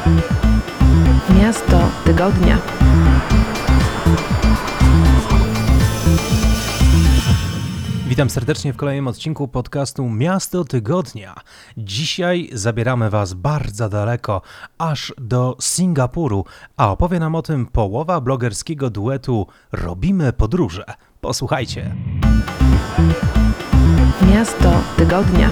Miasto tygodnia. Witam serdecznie w kolejnym odcinku podcastu Miasto Tygodnia. Dzisiaj zabieramy Was bardzo daleko, aż do Singapuru, a opowie nam o tym połowa blogerskiego duetu Robimy Podróże. Posłuchajcie. Miasto tygodnia.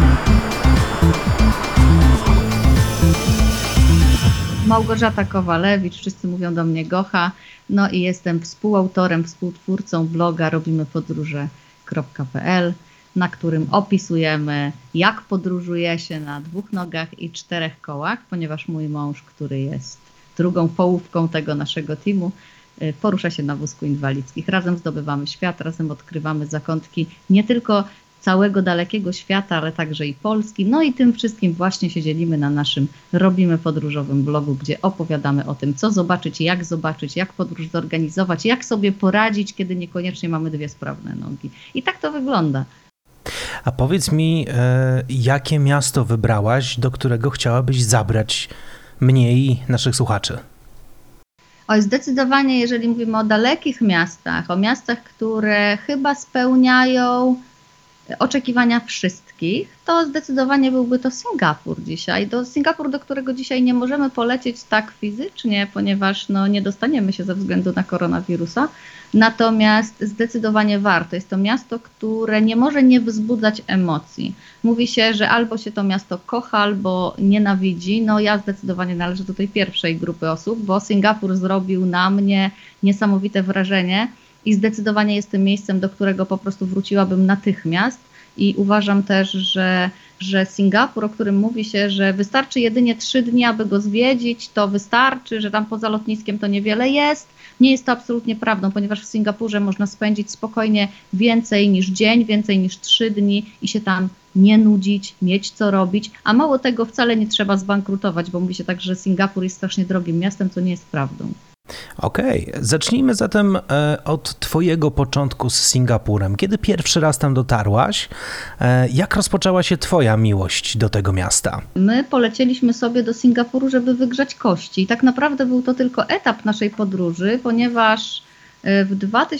Małgorzata Kowalewicz, wszyscy mówią do mnie Gocha, no i jestem współautorem, współtwórcą bloga robimypodróże.pl, na którym opisujemy, jak podróżuje się na 2 nogach i 4 kołach, ponieważ mój mąż, który jest drugą połówką tego naszego teamu, porusza się na wózku inwalidzkich. Razem zdobywamy świat, razem odkrywamy zakątki nie tylko całego dalekiego świata, ale także i Polski. No i tym wszystkim właśnie się dzielimy na naszym Robimy Podróżowym blogu, gdzie opowiadamy o tym, co zobaczyć, jak podróż zorganizować, jak sobie poradzić, kiedy niekoniecznie mamy 2 sprawne nogi. I tak to wygląda. A powiedz mi, jakie miasto wybrałaś, do którego chciałabyś zabrać mnie i naszych słuchaczy? Oj, zdecydowanie, jeżeli mówimy o dalekich miastach, o miastach, które chyba spełniają oczekiwania wszystkich, to zdecydowanie byłby to Singapur dzisiaj. Singapur, do którego dzisiaj nie możemy polecieć tak fizycznie, ponieważ nie dostaniemy się ze względu na koronawirusa. Natomiast zdecydowanie warto. Jest to miasto, które nie może nie wzbudzać emocji. Mówi się, że albo się to miasto kocha, albo nienawidzi. No ja zdecydowanie należę do tej pierwszej grupy osób, bo Singapur zrobił na mnie niesamowite wrażenie. I zdecydowanie jest tym miejscem, do którego po prostu wróciłabym natychmiast i uważam też, że Singapur, o którym mówi się, że wystarczy jedynie 3 dni, aby go zwiedzić, to wystarczy, że tam poza lotniskiem to niewiele jest. Nie jest to absolutnie prawdą, ponieważ w Singapurze można spędzić spokojnie więcej niż dzień, więcej niż 3 dni i się tam nie nudzić, mieć co robić, a mało tego wcale nie trzeba zbankrutować, bo mówi się tak, że Singapur jest strasznie drogim miastem, co nie jest prawdą. Okej, zacznijmy zatem od Twojego początku z Singapurem. Kiedy pierwszy raz tam dotarłaś? Jak rozpoczęła się Twoja miłość do tego miasta? My polecieliśmy sobie do Singapuru, żeby wygrzać kości. I tak naprawdę był to tylko etap naszej podróży, ponieważ w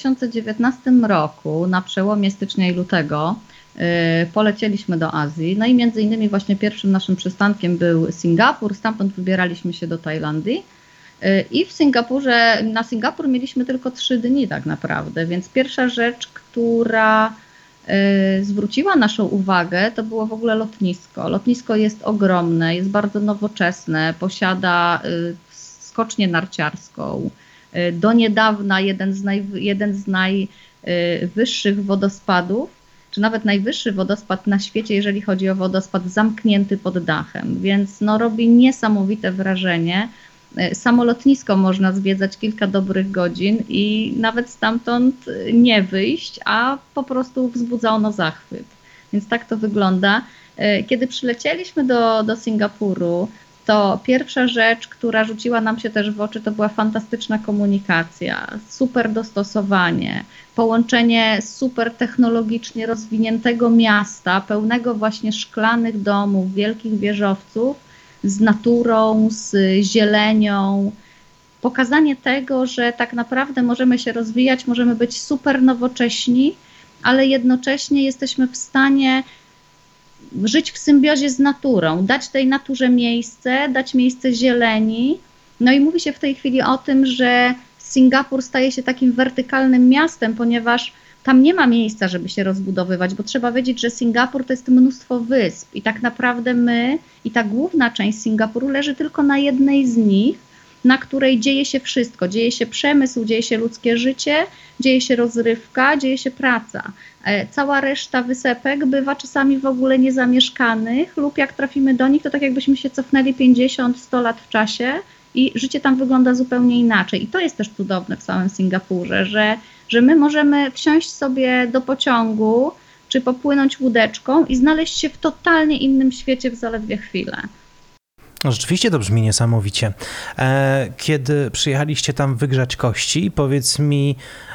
2019 roku, na przełomie stycznia i lutego, polecieliśmy do Azji. No i między innymi właśnie pierwszym naszym przystankiem był Singapur, stamtąd wybieraliśmy się do Tajlandii. I na Singapur mieliśmy tylko 3 dni tak naprawdę, więc pierwsza rzecz, która zwróciła naszą uwagę, to było w ogóle lotnisko. Lotnisko jest ogromne, jest bardzo nowoczesne, posiada skocznię narciarską. Do niedawna jeden z najwyższych wodospadów, czy nawet najwyższy wodospad na świecie, jeżeli chodzi o wodospad zamknięty pod dachem, więc robi niesamowite wrażenie. Samo lotnisko można zwiedzać kilka dobrych godzin i nawet stamtąd nie wyjść, a po prostu wzbudza ono zachwyt. Więc tak to wygląda. Kiedy przylecieliśmy do Singapuru, to pierwsza rzecz, która rzuciła nam się też w oczy, to była fantastyczna komunikacja, super dostosowanie, połączenie super technologicznie rozwiniętego miasta, pełnego właśnie szklanych domów, wielkich wieżowców, z naturą, z zielenią, pokazanie tego, że tak naprawdę możemy się rozwijać, możemy być super nowocześni, ale jednocześnie jesteśmy w stanie żyć w symbiozie z naturą, dać tej naturze miejsce, dać miejsce zieleni. No i mówi się w tej chwili o tym, że Singapur staje się takim wertykalnym miastem, ponieważ tam nie ma miejsca, żeby się rozbudowywać, bo trzeba wiedzieć, że Singapur to jest mnóstwo wysp i tak naprawdę ta główna część Singapuru leży tylko na jednej z nich, na której dzieje się wszystko. Dzieje się przemysł, dzieje się ludzkie życie, dzieje się rozrywka, dzieje się praca. Cała reszta wysepek bywa czasami w ogóle niezamieszkanych lub jak trafimy do nich, to tak jakbyśmy się cofnęli 50-100 lat w czasie i życie tam wygląda zupełnie inaczej. I to jest też cudowne w samym Singapurze, że my możemy wsiąść sobie do pociągu czy popłynąć łódeczką i znaleźć się w totalnie innym świecie w zaledwie chwilę. No, rzeczywiście to brzmi niesamowicie. Kiedy przyjechaliście tam wygrzać kości, powiedz mi,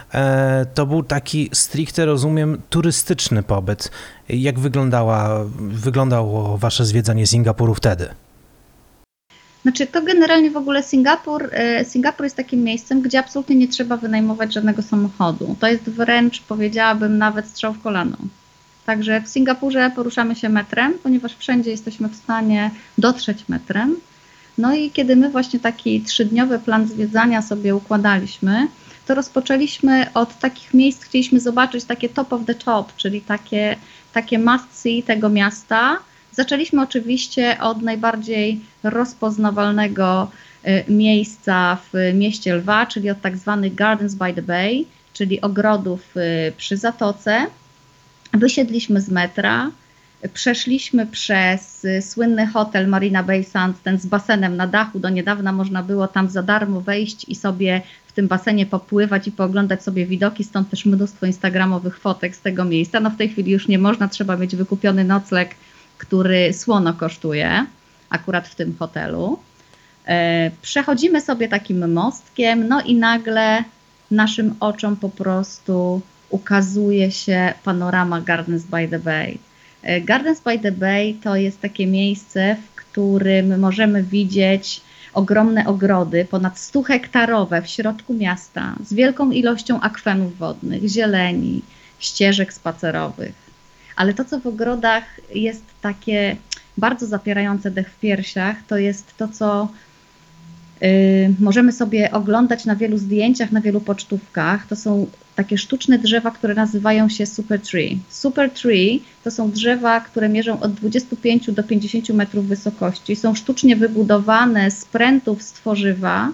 to był taki stricte, rozumiem, turystyczny pobyt. Jak wyglądało wasze zwiedzanie Singapuru wtedy? Znaczy to generalnie w ogóle Singapur jest takim miejscem, gdzie absolutnie nie trzeba wynajmować żadnego samochodu. To jest wręcz, powiedziałabym, nawet strzał w kolano. Także w Singapurze poruszamy się metrem, ponieważ wszędzie jesteśmy w stanie dotrzeć metrem. No i kiedy my właśnie taki 3-dniowy plan zwiedzania sobie układaliśmy, to rozpoczęliśmy od takich miejsc, chcieliśmy zobaczyć takie top of the top, czyli takie must see tego miasta. Zaczęliśmy oczywiście od najbardziej rozpoznawalnego miejsca w mieście Lwa, czyli od tak zwanych Gardens by the Bay, czyli ogrodów przy zatoce. Wysiedliśmy z metra, przeszliśmy przez słynny hotel Marina Bay Sands, ten z basenem na dachu. Do niedawna można było tam za darmo wejść i sobie w tym basenie popływać i pooglądać sobie widoki, stąd też mnóstwo instagramowych fotek z tego miejsca. No w tej chwili już nie można, trzeba mieć wykupiony nocleg, który słono kosztuje, akurat w tym hotelu. Przechodzimy sobie takim mostkiem, no i nagle naszym oczom po prostu ukazuje się panorama Gardens by the Bay. Gardens by the Bay to jest takie miejsce, w którym możemy widzieć ogromne ogrody, ponad 100-hektarowe w środku miasta, z wielką ilością akwenów wodnych, zieleni, ścieżek spacerowych. Ale to, co w ogrodach jest takie bardzo zapierające dech w piersiach, to jest to, co możemy sobie oglądać na wielu zdjęciach, na wielu pocztówkach. To są takie sztuczne drzewa, które nazywają się super tree. Super tree to są drzewa, które mierzą od 25 do 50 metrów wysokości. Są sztucznie wybudowane z prętów z tworzywa,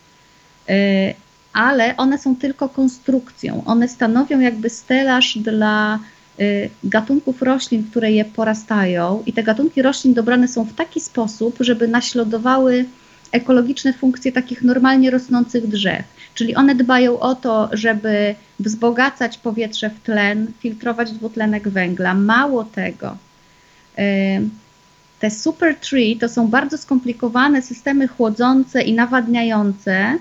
ale one są tylko konstrukcją. One stanowią jakby stelaż dla gatunków roślin, które je porastają, i te gatunki roślin dobrane są w taki sposób, żeby naśladowały ekologiczne funkcje takich normalnie rosnących drzew. Czyli one dbają o to, żeby wzbogacać powietrze w tlen, filtrować dwutlenek węgla. Mało tego, te super tree to są bardzo skomplikowane systemy chłodzące i nawadniające,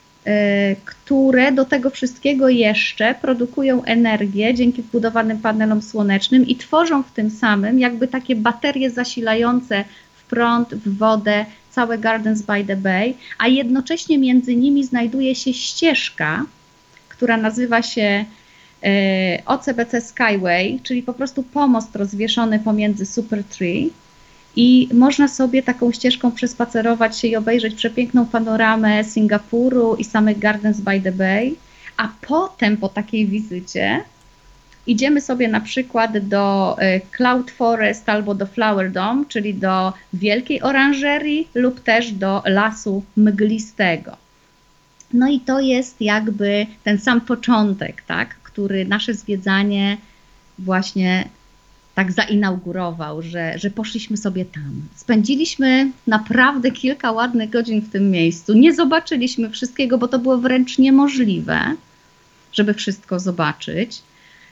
które do tego wszystkiego jeszcze produkują energię dzięki wbudowanym panelom słonecznym i tworzą w tym samym jakby takie baterie zasilające w prąd, w wodę całe Gardens by the Bay, a jednocześnie między nimi znajduje się ścieżka, która nazywa się OCBC Skyway, czyli po prostu pomost rozwieszony pomiędzy Super Tree, i można sobie taką ścieżką przespacerować się i obejrzeć przepiękną panoramę Singapuru i samych Gardens by the Bay, a potem po takiej wizycie idziemy sobie na przykład do Cloud Forest albo do Flower Dome, czyli do wielkiej oranżerii lub też do lasu mglistego. No i to jest jakby ten sam początek, tak, który nasze zwiedzanie właśnie tak zainaugurował, że poszliśmy sobie tam. Spędziliśmy naprawdę kilka ładnych godzin w tym miejscu. Nie zobaczyliśmy wszystkiego, bo to było wręcz niemożliwe, żeby wszystko zobaczyć.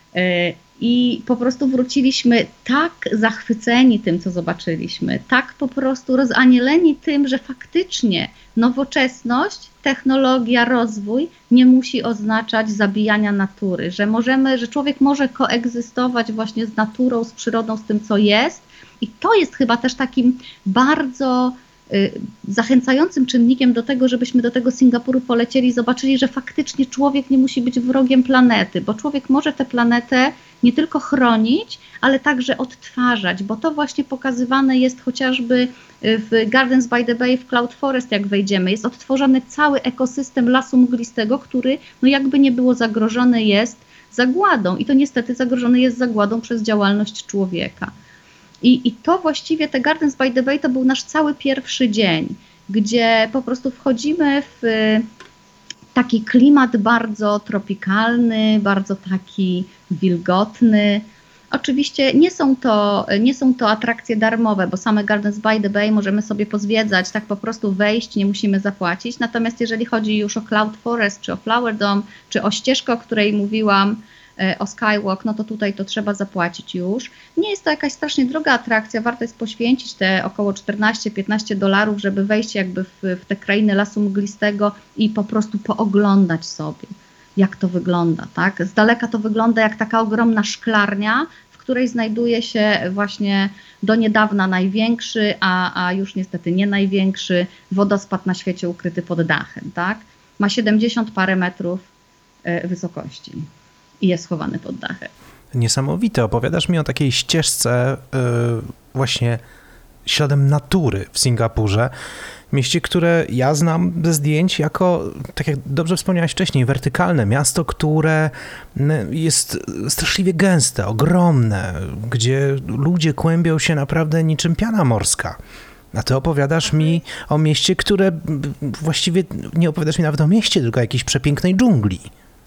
I po prostu wróciliśmy tak zachwyceni tym, co zobaczyliśmy, tak po prostu rozanieleni tym, że faktycznie nowoczesność, technologia, rozwój nie musi oznaczać zabijania natury, że człowiek może koegzystować właśnie z naturą, z przyrodą, z tym, co jest. I to jest chyba też takim bardzo zachęcającym czynnikiem do tego, żebyśmy do tego Singapuru polecieli i zobaczyli, że faktycznie człowiek nie musi być wrogiem planety, bo człowiek może tę planetę nie tylko chronić, ale także odtwarzać, bo to właśnie pokazywane jest chociażby w Gardens by the Bay, w Cloud Forest, jak wejdziemy. Jest odtworzony cały ekosystem lasu mglistego, który no jakby nie było zagrożony jest zagładą, i to niestety zagrożony jest zagładą przez działalność człowieka. I to właściwie, te Gardens by the Bay to był nasz cały pierwszy dzień, gdzie po prostu wchodzimy w taki klimat bardzo tropikalny, bardzo taki wilgotny. Oczywiście nie są to atrakcje darmowe, bo same Gardens by the Bay możemy sobie pozwiedzać, tak po prostu wejść, nie musimy zapłacić. Natomiast jeżeli chodzi już o Cloud Forest, czy o Flower Dome, czy o ścieżkę, o której mówiłam, o Skywalk, no to tutaj to trzeba zapłacić już. Nie jest to jakaś strasznie droga atrakcja, warto jest poświęcić te około $14-15, żeby wejść jakby w te krainy lasu mglistego i po prostu pooglądać sobie, jak to wygląda, tak? Z daleka to wygląda jak taka ogromna szklarnia, w której znajduje się właśnie do niedawna największy, a już niestety nie największy wodospad na świecie ukryty pod dachem, tak? Ma 70 parę metrów wysokości i jest schowany pod dachem. Niesamowite. Opowiadasz mi o takiej ścieżce właśnie śladem natury w Singapurze. Mieście, które ja znam ze zdjęć jako, tak jak dobrze wspomniałeś wcześniej, wertykalne miasto, które jest straszliwie gęste, ogromne, gdzie ludzie kłębią się naprawdę niczym piana morska. A ty opowiadasz mi o mieście, które właściwie nie opowiadasz mi nawet o mieście, tylko o jakiejś przepięknej dżungli.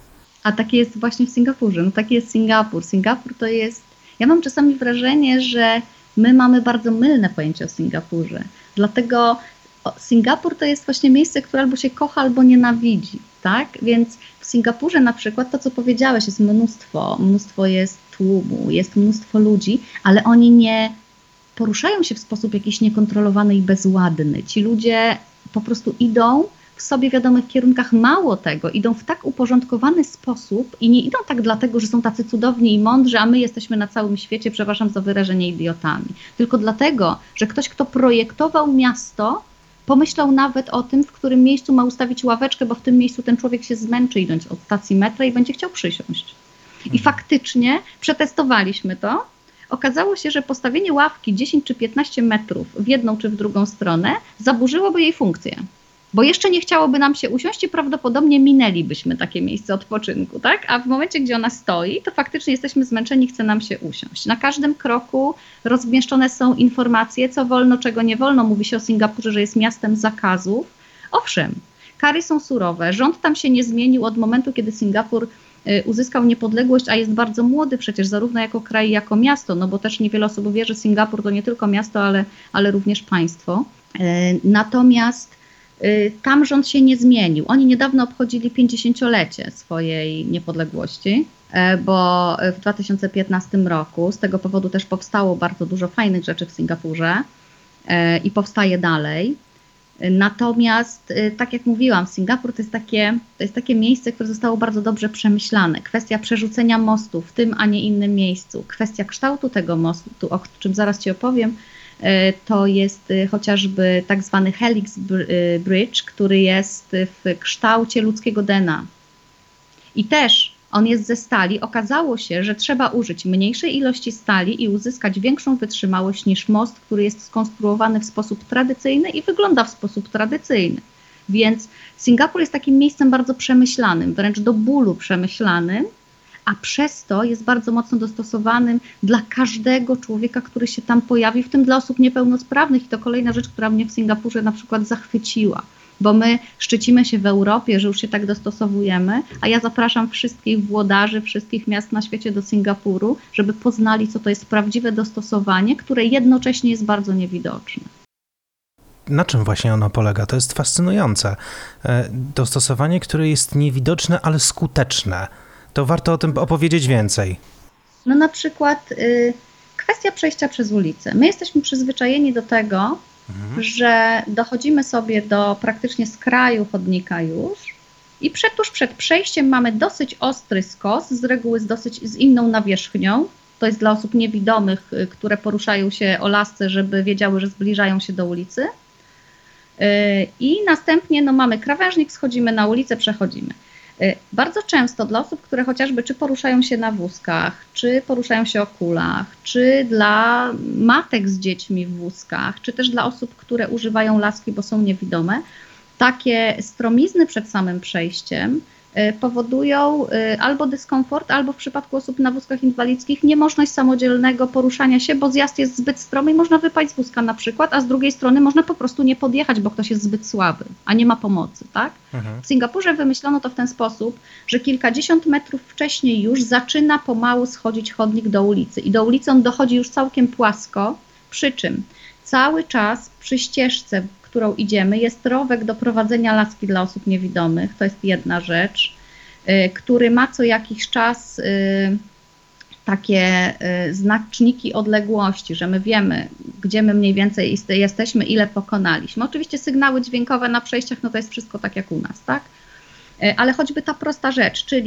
A takie jest właśnie w Singapurze. No taki jest Singapur. Singapur to jest... Ja mam czasami wrażenie, że my mamy bardzo mylne pojęcie o Singapurze. Dlatego Singapur to jest właśnie miejsce, które albo się kocha, albo nienawidzi, tak? Więc w Singapurze na przykład to, co powiedziałeś, jest mnóstwo jest tłumu, jest mnóstwo ludzi, ale oni nie poruszają się w sposób jakiś niekontrolowany i bezładny. Ci ludzie po prostu idą w sobie wiadomych kierunkach, mało tego, idą w tak uporządkowany sposób i nie idą tak dlatego, że są tacy cudowni i mądrzy, a my jesteśmy na całym świecie, przepraszam za wyrażenie, idiotami. Tylko dlatego, że ktoś, kto projektował miasto, pomyślał nawet o tym, w którym miejscu ma ustawić ławeczkę, bo w tym miejscu ten człowiek się zmęczy idąc od stacji metra i będzie chciał przysiąść. I faktycznie przetestowaliśmy to. Okazało się, że postawienie ławki 10 czy 15 metrów w jedną czy w drugą stronę zaburzyłoby jej funkcję. Bo jeszcze nie chciałoby nam się usiąść i prawdopodobnie minęlibyśmy takie miejsce odpoczynku, tak? A w momencie, gdzie ona stoi, to faktycznie jesteśmy zmęczeni, chce nam się usiąść. Na każdym kroku rozmieszczone są informacje, co wolno, czego nie wolno. Mówi się o Singapurze, że jest miastem zakazów. Owszem, kary są surowe. Rząd tam się nie zmienił od momentu, kiedy Singapur uzyskał niepodległość, a jest bardzo młody przecież, zarówno jako kraj, jako miasto, no bo też niewiele osób wie, że Singapur to nie tylko miasto, ale również państwo. Natomiast tam rząd się nie zmienił. Oni niedawno obchodzili 50-lecie swojej niepodległości, bo w 2015 roku z tego powodu też powstało bardzo dużo fajnych rzeczy w Singapurze i powstaje dalej. Natomiast, tak jak mówiłam, Singapur to jest takie miejsce, które zostało bardzo dobrze przemyślane. Kwestia przerzucenia mostu w tym, a nie innym miejscu. Kwestia kształtu tego mostu, o czym zaraz Ci opowiem, to jest chociażby tak zwany Helix Bridge, który jest w kształcie ludzkiego DNA. I też on jest ze stali. Okazało się, że trzeba użyć mniejszej ilości stali i uzyskać większą wytrzymałość niż most, który jest skonstruowany w sposób tradycyjny i wygląda w sposób tradycyjny. Więc Singapur jest takim miejscem bardzo przemyślanym, wręcz do bólu przemyślanym, a przez to jest bardzo mocno dostosowanym dla każdego człowieka, który się tam pojawi, w tym dla osób niepełnosprawnych. I to kolejna rzecz, która mnie w Singapurze na przykład zachwyciła, bo my szczycimy się w Europie, że już się tak dostosowujemy, a ja zapraszam wszystkich włodarzy, wszystkich miast na świecie do Singapuru, żeby poznali, co to jest prawdziwe dostosowanie, które jednocześnie jest bardzo niewidoczne. Na czym właśnie ono polega? To jest fascynujące. Dostosowanie, które jest niewidoczne, ale skuteczne. To warto o tym opowiedzieć więcej. No na przykład kwestia przejścia przez ulicę. My jesteśmy przyzwyczajeni do tego, że dochodzimy sobie do praktycznie skraju chodnika już i tuż przed przejściem mamy dosyć ostry skos, z reguły z inną nawierzchnią. To jest dla osób niewidomych, które poruszają się o lasce, żeby wiedziały, że zbliżają się do ulicy. I następnie mamy krawężnik, schodzimy na ulicę, przechodzimy. Bardzo często dla osób, które chociażby czy poruszają się na wózkach, czy poruszają się o kulach, czy dla matek z dziećmi w wózkach, czy też dla osób, które używają laski, bo są niewidome, takie stromizny przed samym przejściem powodują albo dyskomfort, albo w przypadku osób na wózkach inwalidzkich niemożność samodzielnego poruszania się, bo zjazd jest zbyt stromy i można wypaść z wózka na przykład, a z drugiej strony można po prostu nie podjechać, bo ktoś jest zbyt słaby, a nie ma pomocy, tak? W Singapurze wymyślono to w ten sposób, że kilkadziesiąt metrów wcześniej już zaczyna pomału schodzić chodnik do ulicy i do ulicy on dochodzi już całkiem płasko, przy czym cały czas przy ścieżce, którą idziemy, jest rowek do prowadzenia laski dla osób niewidomych, to jest jedna rzecz, który ma co jakiś czas takie znaczniki odległości, że my wiemy, gdzie my mniej więcej jesteśmy, ile pokonaliśmy. Oczywiście sygnały dźwiękowe na przejściach, no to jest wszystko tak jak u nas, tak? Ale choćby ta prosta rzecz, czyli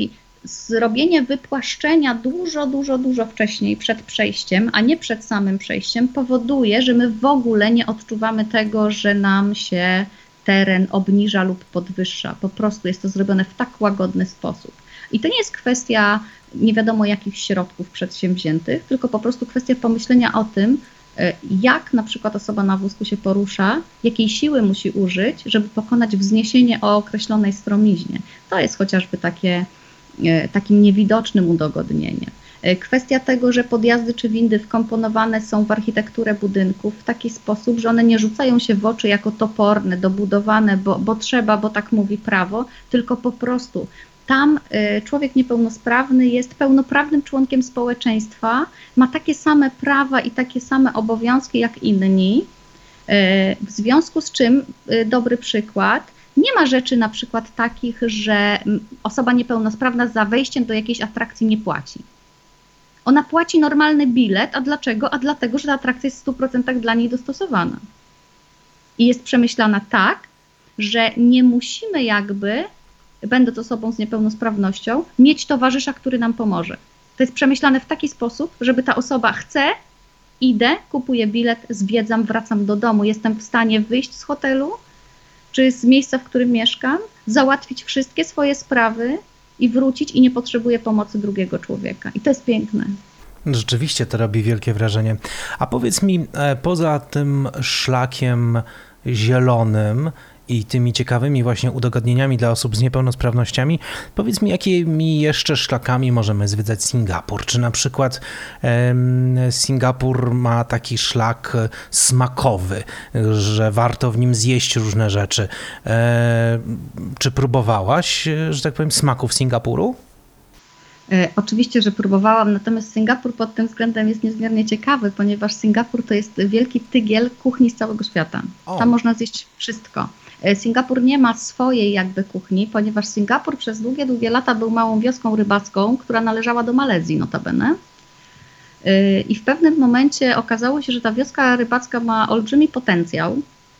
zrobienie wypłaszczenia dużo wcześniej przed przejściem, a nie przed samym przejściem, powoduje, że my w ogóle nie odczuwamy tego, że nam się teren obniża lub podwyższa. Po prostu jest to zrobione w tak łagodny sposób. I to nie jest kwestia nie wiadomo jakich środków przedsięwziętych, tylko po prostu kwestia pomyślenia o tym, jak na przykład osoba na wózku się porusza, jakiej siły musi użyć, żeby pokonać wzniesienie o określonej stromiźnie. To jest chociażby takim niewidocznym udogodnieniem. Kwestia tego, że podjazdy czy windy wkomponowane są w architekturę budynków w taki sposób, że one nie rzucają się w oczy jako toporne, dobudowane, bo trzeba, bo tak mówi prawo, tylko po prostu tam człowiek niepełnosprawny jest pełnoprawnym członkiem społeczeństwa, ma takie same prawa i takie same obowiązki jak inni, w związku z czym, dobry przykład, nie ma rzeczy na przykład takich, że osoba niepełnosprawna za wejściem do jakiejś atrakcji nie płaci. Ona płaci normalny bilet, a dlaczego? A dlatego, że ta atrakcja jest w 100% dla niej dostosowana. I jest przemyślana tak, że nie musimy jakby, będąc osobą z niepełnosprawnością, mieć towarzysza, który nam pomoże. To jest przemyślane w taki sposób, żeby ta osoba chce, idę, kupuję bilet, zwiedzam, wracam do domu, jestem w stanie wyjść z hotelu, czy z miejsca, w którym mieszkam, załatwić wszystkie swoje sprawy i wrócić i nie potrzebuję pomocy drugiego człowieka. I to jest piękne. Rzeczywiście to robi wielkie wrażenie. A powiedz mi, poza tym szlakiem zielonym i tymi ciekawymi właśnie udogodnieniami dla osób z niepełnosprawnościami, powiedz mi, jakimi jeszcze szlakami możemy zwiedzać Singapur? Czy na przykład Singapur ma taki szlak smakowy, że warto w nim zjeść różne rzeczy? Czy próbowałaś, że tak powiem, smaków Singapuru? Oczywiście, że próbowałam, natomiast Singapur pod tym względem jest niezmiernie ciekawy, ponieważ Singapur to jest wielki tygiel kuchni z całego świata. Tam można zjeść wszystko. Singapur nie ma swojej jakby kuchni, ponieważ Singapur przez długie lata był małą wioską rybacką, która należała do Malezji notabene. I w pewnym momencie okazało się, że ta wioska rybacka ma olbrzymi potencjał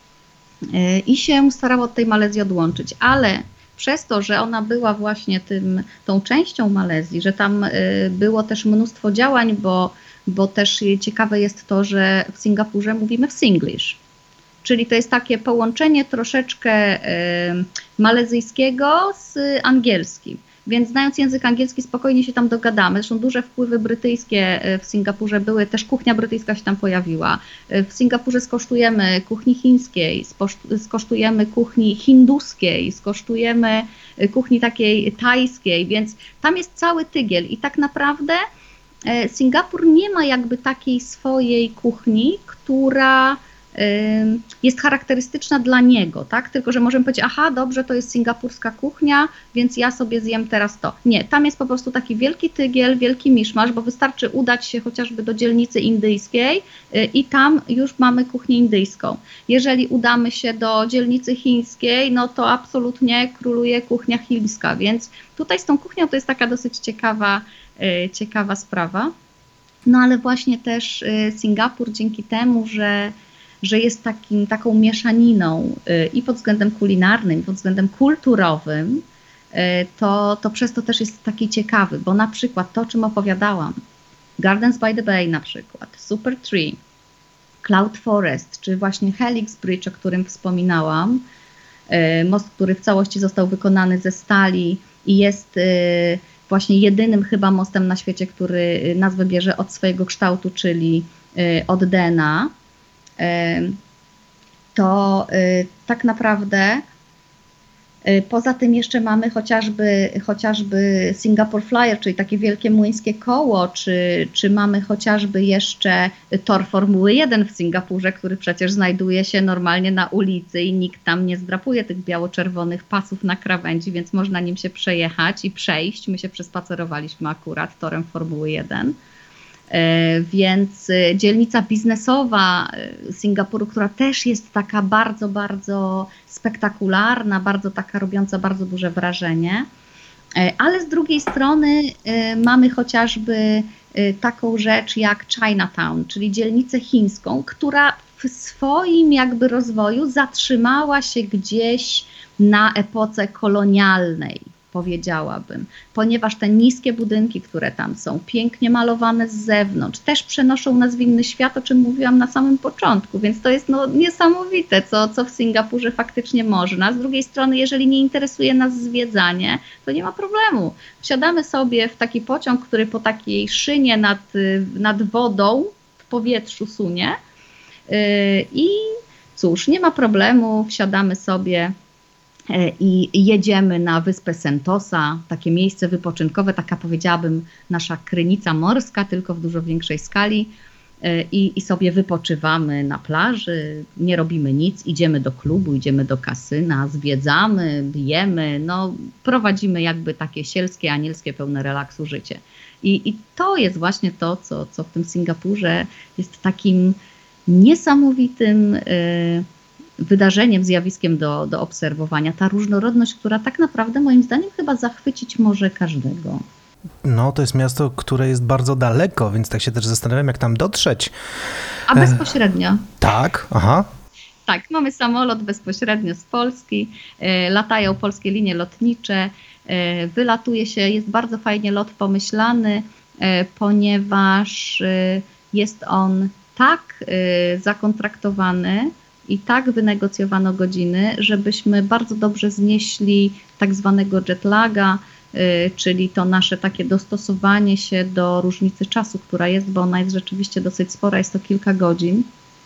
i się starała od tej Malezji odłączyć, ale przez to, że ona była właśnie tą częścią Malezji, że tam było też mnóstwo działań, bo też ciekawe jest to, że w Singapurze mówimy w Singlish. Czyli to jest takie połączenie troszeczkę malezyjskiego z angielskim. Więc znając język angielski spokojnie się tam dogadamy. Zresztą duże wpływy brytyjskie w Singapurze były, też kuchnia brytyjska się tam pojawiła. W Singapurze skosztujemy kuchni chińskiej, skosztujemy kuchni hinduskiej, skosztujemy kuchni takiej tajskiej, więc tam jest cały tygiel i tak naprawdę Singapur nie ma jakby takiej swojej kuchni, która jest charakterystyczna dla niego, tak? Tylko że możemy powiedzieć, aha, dobrze, to jest singapurska kuchnia, więc ja sobie zjem teraz to. Nie, tam jest po prostu taki wielki tygiel, wielki miszmasz, bo wystarczy udać się chociażby do dzielnicy indyjskiej i tam już mamy kuchnię indyjską. Jeżeli udamy się do dzielnicy chińskiej, no to absolutnie króluje kuchnia chińska, więc tutaj z tą kuchnią to jest taka dosyć ciekawa sprawa. No ale właśnie też Singapur dzięki temu, że jest taką mieszaniną i pod względem kulinarnym, i pod względem kulturowym, to przez to też jest taki ciekawy, bo na przykład to, o czym opowiadałam, Gardens by the Bay na przykład, Super Tree, Cloud Forest, czy właśnie Helix Bridge, o którym wspominałam, most, który w całości został wykonany ze stali i jest właśnie jedynym chyba mostem na świecie, który nazwę bierze od swojego kształtu, czyli od DNA, to tak naprawdę poza tym jeszcze mamy chociażby Singapore Flyer, czyli takie wielkie młyńskie koło, czy mamy chociażby jeszcze tor Formuły 1 w Singapurze, który przecież znajduje się normalnie na ulicy i nikt tam nie zdrapuje tych biało-czerwonych pasów na krawędzi, więc można nim się przejechać i przejść. My się przespacerowaliśmy akurat torem Formuły 1. Więc dzielnica biznesowa Singapuru, która też jest taka bardzo, bardzo spektakularna, bardzo taka robiąca bardzo duże wrażenie, ale z drugiej strony mamy chociażby taką rzecz jak Chinatown, czyli dzielnicę chińską, która w swoim jakby rozwoju zatrzymała się gdzieś na epoce kolonialnej. powiedziałabym, ponieważ te niskie budynki, które tam są, pięknie malowane z zewnątrz, też przenoszą nas w inny świat, o czym mówiłam na samym początku, więc to jest niesamowite, co w Singapurze faktycznie można. Z drugiej strony, jeżeli nie interesuje nas zwiedzanie, to nie ma problemu. Wsiadamy sobie w taki pociąg, który po takiej szynie nad wodą w powietrzu sunie i cóż, nie ma problemu, wsiadamy sobie i jedziemy na wyspę Sentosa, takie miejsce wypoczynkowe, taka powiedziałabym nasza Krynica Morska, tylko w dużo większej skali i sobie wypoczywamy na plaży, nie robimy nic, idziemy do klubu, idziemy do kasyna, zwiedzamy, jemy, prowadzimy jakby takie sielskie, anielskie, pełne relaksu życie. I to jest właśnie to, co w tym Singapurze jest takim niesamowitym wydarzeniem, zjawiskiem do obserwowania. Ta różnorodność, która tak naprawdę moim zdaniem chyba zachwycić może każdego. No, to jest miasto, które jest bardzo daleko, więc tak się też zastanawiam, jak tam dotrzeć. A bezpośrednio? Tak, aha. Tak, mamy samolot bezpośrednio z Polski, latają polskie linie lotnicze, wylatuje się, jest bardzo fajnie lot pomyślany, ponieważ jest on tak zakontraktowany i tak wynegocjowano godziny, żebyśmy bardzo dobrze znieśli tak zwanego jetlaga, czyli to nasze takie dostosowanie się do różnicy czasu, która jest, bo ona jest rzeczywiście dosyć spora, jest to kilka godzin.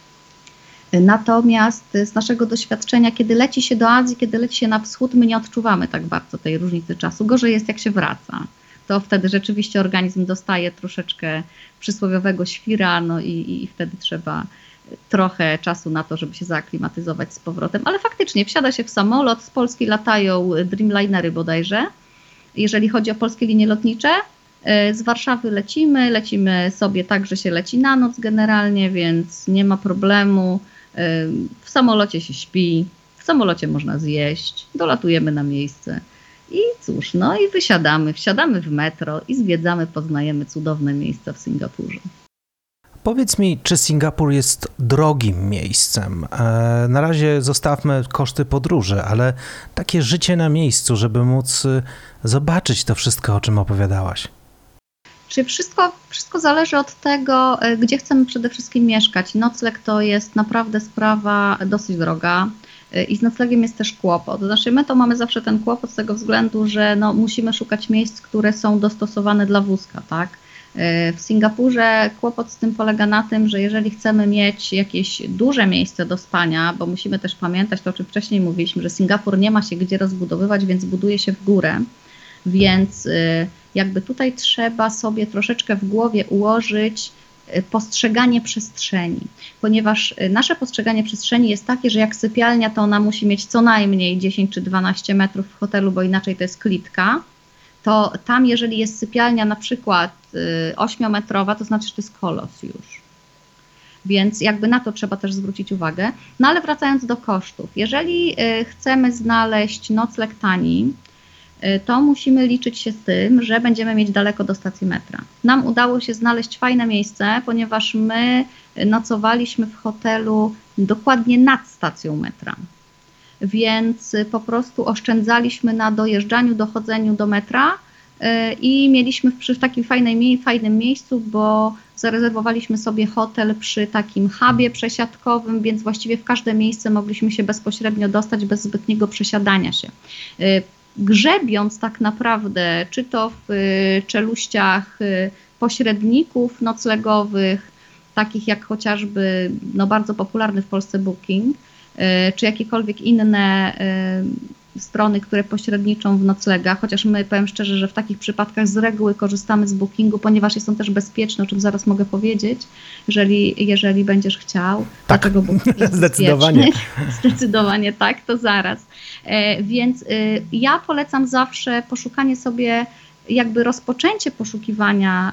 Natomiast z naszego doświadczenia, kiedy leci się do Azji, kiedy leci się na wschód, my nie odczuwamy tak bardzo tej różnicy czasu. Gorzej jest, jak się wraca. To wtedy rzeczywiście organizm dostaje troszeczkę przysłowiowego świra, i wtedy trzeba trochę czasu na to, żeby się zaaklimatyzować z powrotem. Ale faktycznie wsiada się w samolot, z Polski latają Dreamlinery bodajże. Jeżeli chodzi o polskie linie lotnicze, z Warszawy lecimy sobie tak, że się leci na noc generalnie, więc nie ma problemu. W samolocie się śpi, w samolocie można zjeść, dolatujemy na miejsce i cóż, i wsiadamy w metro i zwiedzamy, poznajemy cudowne miejsca w Singapurze. Powiedz mi, czy Singapur jest drogim miejscem? Na razie zostawmy koszty podróży, ale takie życie na miejscu, żeby móc zobaczyć to wszystko, o czym opowiadałaś. Czy wszystko zależy od tego, gdzie chcemy przede wszystkim mieszkać. Nocleg to jest naprawdę sprawa dosyć droga i z noclegiem jest też kłopot. Znaczy my to mamy zawsze ten kłopot z tego względu, że musimy szukać miejsc, które są dostosowane dla wózka, tak? W Singapurze kłopot z tym polega na tym, że jeżeli chcemy mieć jakieś duże miejsce do spania, bo musimy też pamiętać to, o czym wcześniej mówiliśmy, że Singapur nie ma się gdzie rozbudowywać, więc buduje się w górę, więc jakby tutaj trzeba sobie troszeczkę w głowie ułożyć postrzeganie przestrzeni, ponieważ nasze postrzeganie przestrzeni jest takie, że jak sypialnia, to ona musi mieć co najmniej 10 czy 12 metrów w hotelu, bo inaczej to jest klitka. To tam, jeżeli jest sypialnia na przykład 8-metrowa, to znaczy, że to jest kolos już. Więc jakby na to trzeba też zwrócić uwagę. Ale wracając do kosztów, jeżeli chcemy znaleźć nocleg tani, to musimy liczyć się z tym, że będziemy mieć daleko do stacji metra. Nam udało się znaleźć fajne miejsce, ponieważ my nocowaliśmy w hotelu dokładnie nad stacją metra. Więc po prostu oszczędzaliśmy na dojeżdżaniu, dochodzeniu do metra i mieliśmy przy takim fajnym miejscu, bo zarezerwowaliśmy sobie hotel przy takim hubie przesiadkowym, więc właściwie w każde miejsce mogliśmy się bezpośrednio dostać bez zbytniego przesiadania się. Grzebiąc tak naprawdę, czy to w czeluściach pośredników noclegowych, takich jak chociażby bardzo popularny w Polsce Booking, czy jakiekolwiek inne strony, które pośredniczą w noclegach, chociaż my, powiem szczerze, że w takich przypadkach z reguły korzystamy z Bookingu, ponieważ jest on też bezpieczny, o czym zaraz mogę powiedzieć, jeżeli będziesz chciał. Tak, dlatego Booking jest zdecydowanie. Zdecydowanie tak, to zaraz. Więc ja polecam zawsze poszukanie sobie, jakby rozpoczęcie poszukiwania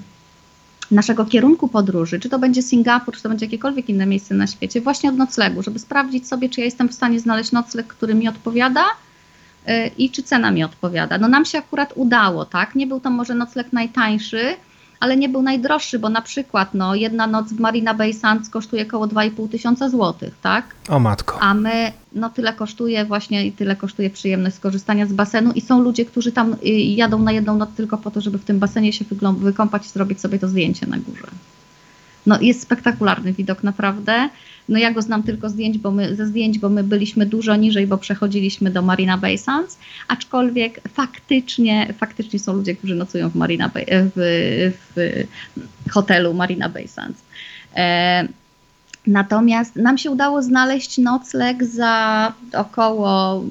naszego kierunku podróży, czy to będzie Singapur, czy to będzie jakiekolwiek inne miejsce na świecie, właśnie od noclegu, żeby sprawdzić sobie, czy ja jestem w stanie znaleźć nocleg, który mi odpowiada i czy cena mi odpowiada. Nam się akurat udało, tak? Nie był to może nocleg najtańszy, ale nie był najdroższy, bo na przykład no, jedna noc w Marina Bay Sands kosztuje około 2,5 tysiąca złotych, tak? O matko. A my, no tyle kosztuje właśnie i tyle kosztuje przyjemność skorzystania z basenu i są ludzie, którzy tam jadą na jedną noc tylko po to, żeby w tym basenie się wykąpać i zrobić sobie to zdjęcie na górze. No jest spektakularny widok naprawdę. No ja go znam tylko ze zdjęć, bo my byliśmy dużo niżej, bo przechodziliśmy do Marina Bay Sands, aczkolwiek faktycznie są ludzie, którzy nocują w Marina Bay, w hotelu Marina Bay Sands. Natomiast nam się udało znaleźć nocleg za około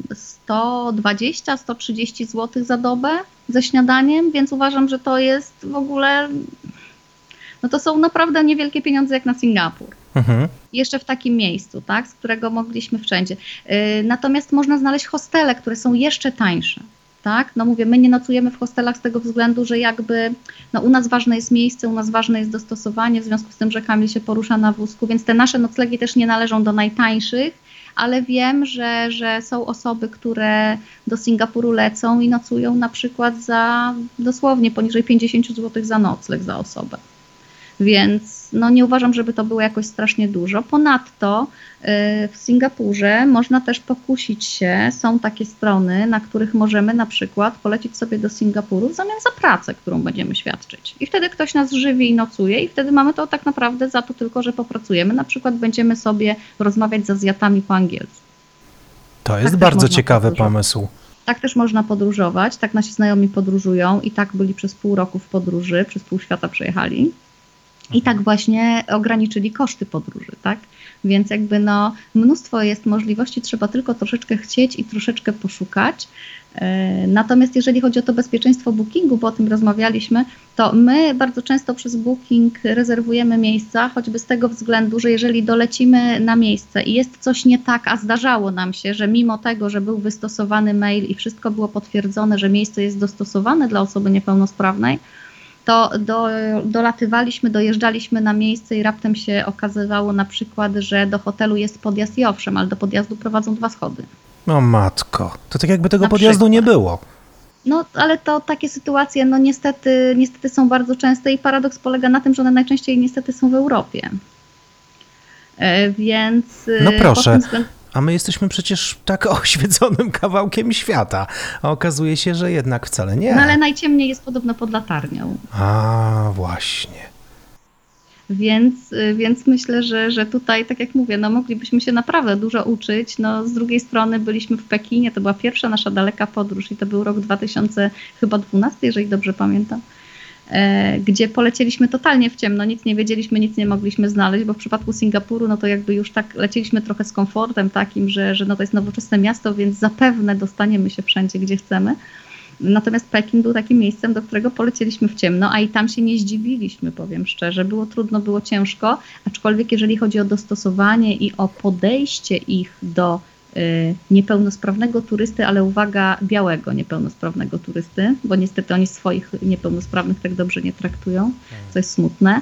120-130 zł za dobę ze śniadaniem, więc uważam, że to jest w ogóle, no to są naprawdę niewielkie pieniądze jak na Singapur. Jeszcze w takim miejscu, tak, z którego mogliśmy wszędzie. Natomiast można znaleźć hostele, które są jeszcze tańsze. Tak? No mówię, my nie nocujemy w hostelach z tego względu, że jakby no u nas ważne jest miejsce, u nas ważne jest dostosowanie, w związku z tym, że Kamil się porusza na wózku, więc te nasze noclegi też nie należą do najtańszych, ale wiem, że są osoby, które do Singapuru lecą i nocują na przykład za dosłownie poniżej 50 zł za nocleg za osobę. Więc no nie uważam, żeby to było jakoś strasznie dużo. Ponadto w Singapurze można też pokusić się, są takie strony, na których możemy na przykład polecić sobie do Singapuru w zamian za pracę, którą będziemy świadczyć. I wtedy ktoś nas żywi i nocuje i wtedy mamy to tak naprawdę za to tylko, że popracujemy. Na przykład będziemy sobie rozmawiać z Azjatami po angielsku. To jest Tak bardzo ciekawy pomysł. Tak też można podróżować, tak nasi znajomi podróżują i tak byli przez pół roku w podróży, przez pół świata przejechali. I tak właśnie ograniczyli koszty podróży, tak? Więc jakby no mnóstwo jest możliwości, trzeba tylko troszeczkę chcieć i troszeczkę poszukać. Natomiast jeżeli chodzi o to bezpieczeństwo bookingu, bo o tym rozmawialiśmy, to my bardzo często przez booking rezerwujemy miejsca, choćby z tego względu, że jeżeli dolecimy na miejsce i jest coś nie tak, a zdarzało nam się, że mimo tego, że był wystosowany mail i wszystko było potwierdzone, że miejsce jest dostosowane dla osoby niepełnosprawnej, to dolatywaliśmy, dojeżdżaliśmy na miejsce i raptem się okazywało na przykład, że do hotelu jest podjazd i owszem, ale do podjazdu prowadzą 2 schody. O matko, to tak jakby tego podjazdu nie było. No, ale to takie sytuacje, no niestety są bardzo częste i paradoks polega na tym, że one najczęściej niestety są w Europie. Więc... No proszę, a my jesteśmy przecież tak oświeconym kawałkiem świata, a okazuje się, że jednak wcale nie. No ale najciemniej jest podobno pod latarnią. A, właśnie. Więc myślę, że tutaj, tak jak mówię, no moglibyśmy się naprawdę dużo uczyć. No, z drugiej strony byliśmy w Pekinie, to była pierwsza nasza daleka podróż i to był rok 2012, jeżeli dobrze pamiętam, gdzie polecieliśmy totalnie w ciemno, nic nie wiedzieliśmy, nic nie mogliśmy znaleźć, bo w przypadku Singapuru, no to jakby już tak lecieliśmy trochę z komfortem takim, że no to jest nowoczesne miasto, więc zapewne dostaniemy się wszędzie, gdzie chcemy. Natomiast Pekin był takim miejscem, do którego polecieliśmy w ciemno, a i tam się nie zdziwiliśmy, powiem szczerze. Było trudno, było ciężko, aczkolwiek jeżeli chodzi o dostosowanie i o podejście ich do niepełnosprawnego turysty, ale uwaga, białego niepełnosprawnego turysty, bo niestety oni swoich niepełnosprawnych tak dobrze nie traktują, co jest smutne,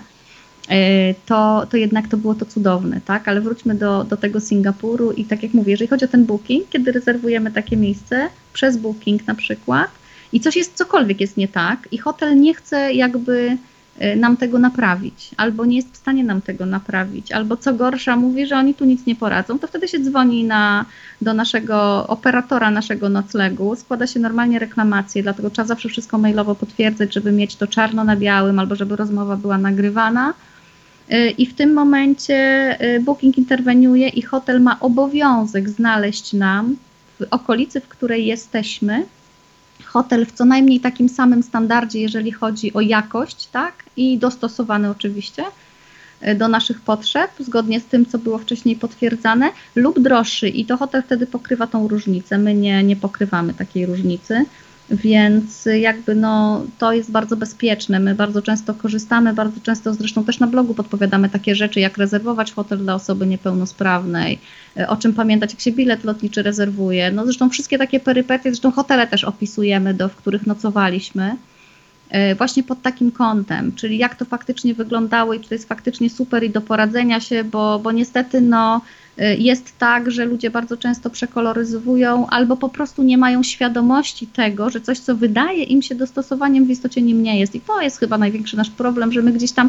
to jednak to było to cudowne, tak? Ale wróćmy do tego Singapuru i tak jak mówię, jeżeli chodzi o ten booking, kiedy rezerwujemy takie miejsce przez booking na przykład i cokolwiek jest nie tak i hotel nie chce jakby nam tego naprawić, albo nie jest w stanie nam tego naprawić, albo co gorsza mówi, że oni tu nic nie poradzą, to wtedy się dzwoni do naszego operatora naszego noclegu, składa się normalnie reklamację, dlatego trzeba zawsze wszystko mailowo potwierdzać, żeby mieć to czarno na białym, albo żeby rozmowa była nagrywana. I w tym momencie booking interweniuje i hotel ma obowiązek znaleźć nam w okolicy, w której jesteśmy, hotel w co najmniej takim samym standardzie, jeżeli chodzi o jakość, tak, i dostosowany oczywiście do naszych potrzeb, zgodnie z tym, co było wcześniej potwierdzane, lub droższy i to hotel wtedy pokrywa tą różnicę. My nie pokrywamy takiej różnicy, więc jakby no to jest bardzo bezpieczne. My bardzo często korzystamy, bardzo często zresztą też na blogu podpowiadamy takie rzeczy, jak rezerwować hotel dla osoby niepełnosprawnej, o czym pamiętać, jak się bilet lotniczy rezerwuje. No zresztą wszystkie takie perypetie, zresztą hotele też opisujemy, w których nocowaliśmy, właśnie pod takim kątem, czyli jak to faktycznie wyglądało i czy to jest faktycznie super i do poradzenia się, bo niestety no jest tak, że ludzie bardzo często przekoloryzowują albo po prostu nie mają świadomości tego, że coś, co wydaje im się dostosowaniem, w istocie nim nie jest. I to jest chyba największy nasz problem, że my gdzieś tam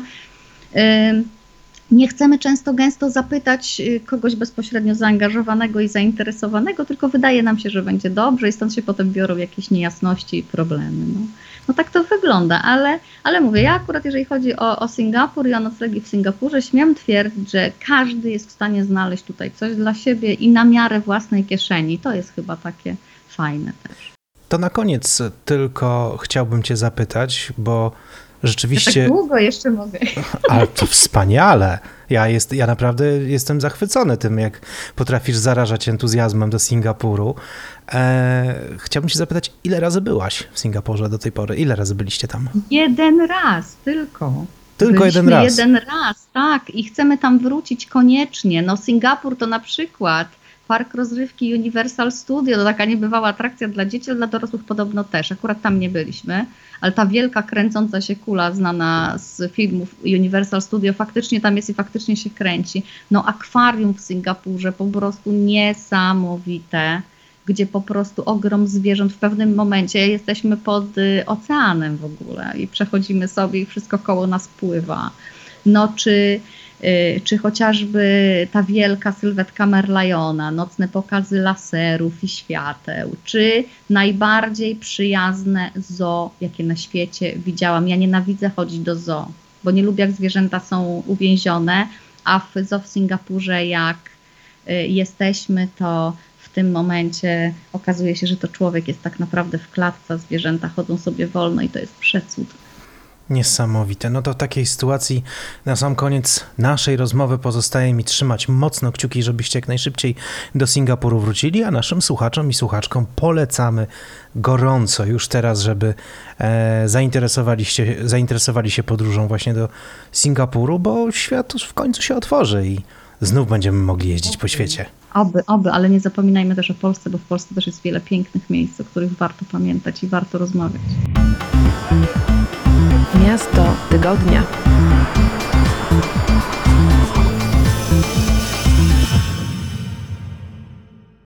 nie chcemy często gęsto zapytać kogoś bezpośrednio zaangażowanego i zainteresowanego, tylko wydaje nam się, że będzie dobrze i stąd się potem biorą jakieś niejasności i problemy. No tak to wygląda, ale mówię, ja akurat jeżeli chodzi o Singapur i o noclegi w Singapurze, śmiem twierdzić, że każdy jest w stanie znaleźć tutaj coś dla siebie i na miarę własnej kieszeni. To jest chyba takie fajne też. To na koniec tylko chciałbym cię zapytać, bo rzeczywiście... Ja tak długo jeszcze mogę. Ale to wspaniale. Ja naprawdę jestem zachwycony tym, jak potrafisz zarażać entuzjazmem do Singapuru. Chciałbym się zapytać, ile razy byłaś w Singapurze do tej pory? Ile razy byliście tam? Jeden raz tylko. Tylko jeden raz. Jeden raz, tak. I chcemy tam wrócić koniecznie. No Singapur to na przykład park rozrywki Universal Studio, to taka niebywała atrakcja dla dzieci, ale dla dorosłych podobno też. Akurat tam nie byliśmy, ale ta wielka kręcąca się kula znana z filmów Universal Studio faktycznie tam jest i faktycznie się kręci. No akwarium w Singapurze po prostu niesamowite, gdzie po prostu ogrom zwierząt. W pewnym momencie jesteśmy pod oceanem w ogóle i przechodzimy sobie i wszystko koło nas pływa. No czy chociażby ta wielka sylwetka Merliona, nocne pokazy laserów i świateł, czy najbardziej przyjazne zoo, jakie na świecie widziałam. Ja nienawidzę chodzić do zoo, bo nie lubię, jak zwierzęta są uwięzione, a w zoo w Singapurze jak jesteśmy, to w tym momencie okazuje się, że to człowiek jest tak naprawdę w klatce, a zwierzęta chodzą sobie wolno i to jest przecud. Niesamowite. No to w takiej sytuacji na sam koniec naszej rozmowy pozostaje mi trzymać mocno kciuki, żebyście jak najszybciej do Singapuru wrócili, a naszym słuchaczom i słuchaczkom polecamy gorąco już teraz, żeby zainteresowali się podróżą właśnie do Singapuru, bo świat w końcu się otworzy i znów będziemy mogli jeździć po świecie. Oby, ale nie zapominajmy też o Polsce, bo w Polsce też jest wiele pięknych miejsc, o których warto pamiętać i warto rozmawiać. Miasto tygodnia.